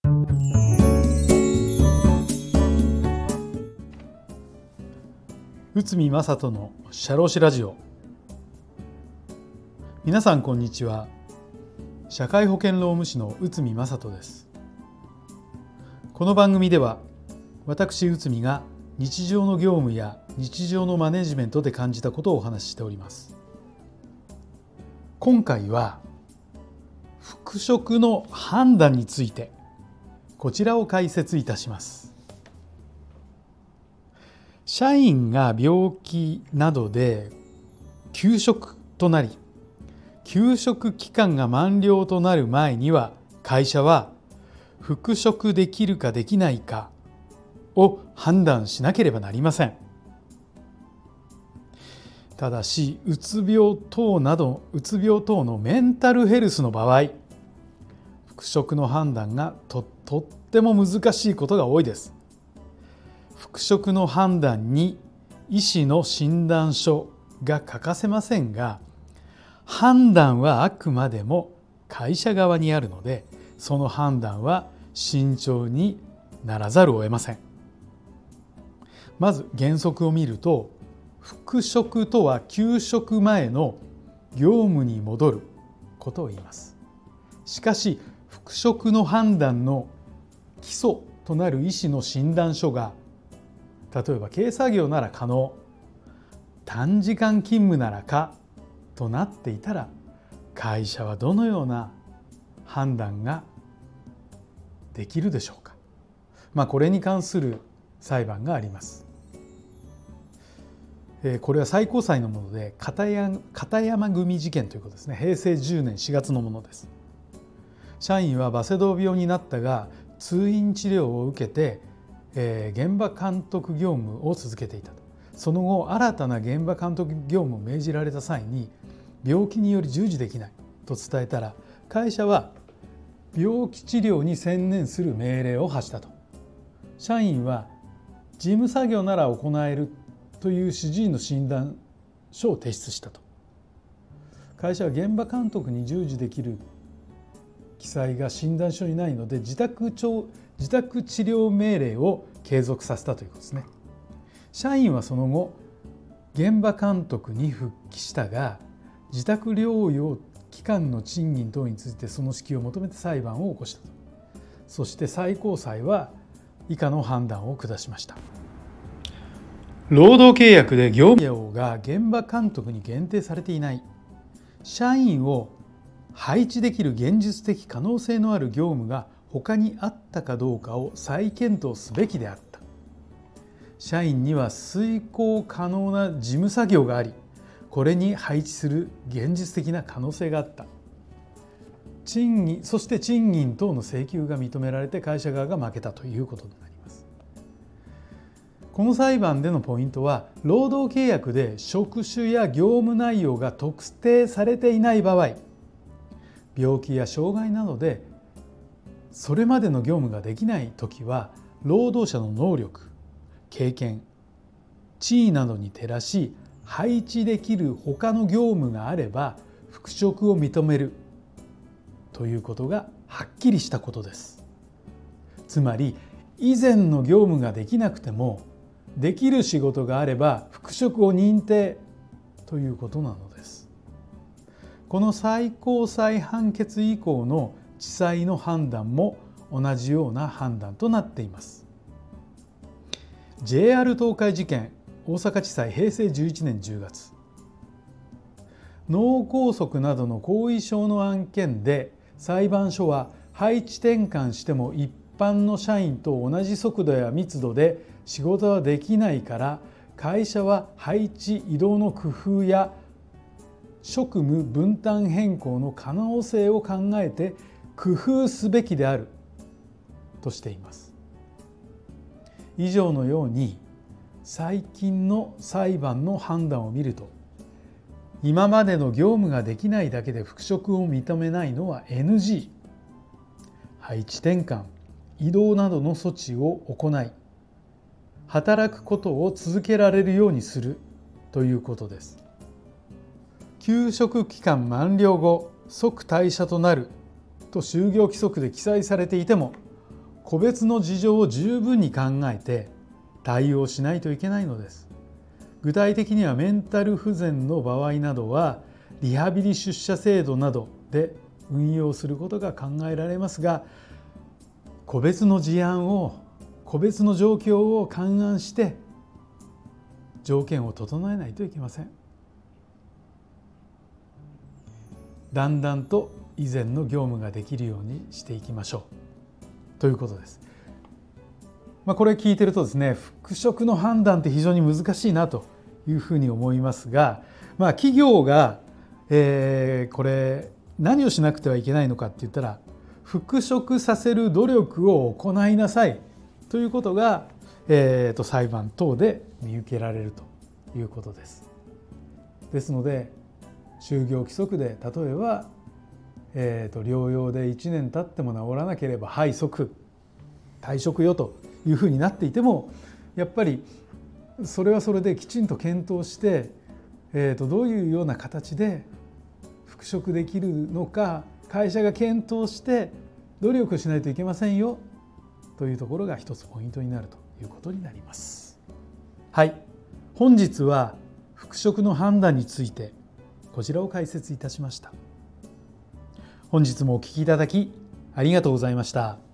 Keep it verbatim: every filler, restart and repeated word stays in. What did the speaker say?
内海正人の社労士ラジオ。皆さんこんにちは。社会保険労務士の内海正人です。この番組では私内海が日常の業務や日常のマネジメントで感じたことをお話ししております。今回は復職の判断についてこちらを解説いたします。社員が病気などで休職となり、休職期間が満了となる前には会社は復職できるかできないかを判断しなければなりません。ただし、うつ病等など、うつ病等のメンタルヘルスの場合、復職の判断がと、とっても難しいことが多いです。復職の判断に医師の診断書が欠かせませんが、判断はあくまでも会社側にあるので、その判断は慎重にならざるを得ません。まず原則を見ると、復職とは休職前の業務に戻ることを言います。しかし復職の判断の基礎となる医師の診断書が、例えば軽作業なら可能、短時間勤務なら可となっていたら、会社はどのような判断ができるでしょうか。まあ、これに関する裁判があります。これは最高裁のもので、片山、片山組事件ということですね。へいせいじゅうねんしがつのものです。社員はバセドウ病になったが、通院治療を受けてえー、現場監督業務を続けていたと。その後、新たな現場監督業務を命じられた際に、病気により従事できないと伝えたら、会社は病気治療に専念する命令を発したと。社員は事務作業なら行えるという主治医の診断書を提出したと。会社は現場監督に従事できる記載が診断書にないので、自宅調自宅治療命令を継続させたということですね。社員はその後、現場監督に復帰したが、自宅療養期間の賃金等についてその指揮を求めて裁判を起こしたと。そして最高裁は以下の判断を下しました。労働契約で業務用が現場監督に限定されていない。社員を配置できる現実的可能性のある業務が他にあったかどうかを再検討すべきであった。社員には遂行可能な事務作業があり、これに配置する現実的な可能性があった。賃金、そして賃金等の請求が認められて会社側が負けたということになります。この裁判でのポイントは、労働契約で職種や業務内容が特定されていない場合、病気や障害などでそれまでの業務ができないときは、労働者の能力、経験、地位などに照らし配置できる他の業務があれば復職を認めるということがはっきりしたことです。つまり、以前の業務ができなくてもできる仕事があれば復職を認定ということなのです。この最高裁判決以降の地裁の判断も同じような判断となっています。 ジェイアール 東海事件、大阪地裁へいせいじゅういちねんじゅうがつ。脳梗塞などの後遺症の案件で、裁判所は配置転換しても一般の社員と同じ速度や密度で仕事はできないから、会社は配置移動の工夫や職務分担変更の可能性を考えて工夫すべきであるとしています。以上のように、最近の裁判の判断を見ると、今までの業務ができないだけで復職を認めないのは エヌジー、配置転換、移動などの措置を行い、働くことを続けられるようにするということです。休職期間満了後即退社となると就業規則で記載されていても、 個別の事情を十分に考えて対応しないといけないのです。具体的にはメンタル不全の場合などはリハビリ出社制度などで運用することが考えられますが、個別の事案を個別の状況を勘案して条件を整えないといけません。だんだんと以前の業務ができるようにしていきましょうということです。まあ、これ聞いてるとですね、復職の判断って非常に難しいなというふうに思いますが、まあ、企業が、えー、これ何をしなくてはいけないのかって言ったら、復職させる努力を行いなさいということが、えー、と裁判等で見受けられるということです。ですので就業規則で例えば、えー、と療養でいちねん経っても治らなければはい即退職よというふうになっていても、やっぱりそれはそれできちんと検討して、えー、とどういうような形で復職できるのか会社が検討して努力しないといけませんよというところが一つポイントになるということになります。はい、本日は復職の判断についてこちらを解説いたしました。本日もお聞きいただきありがとうございました。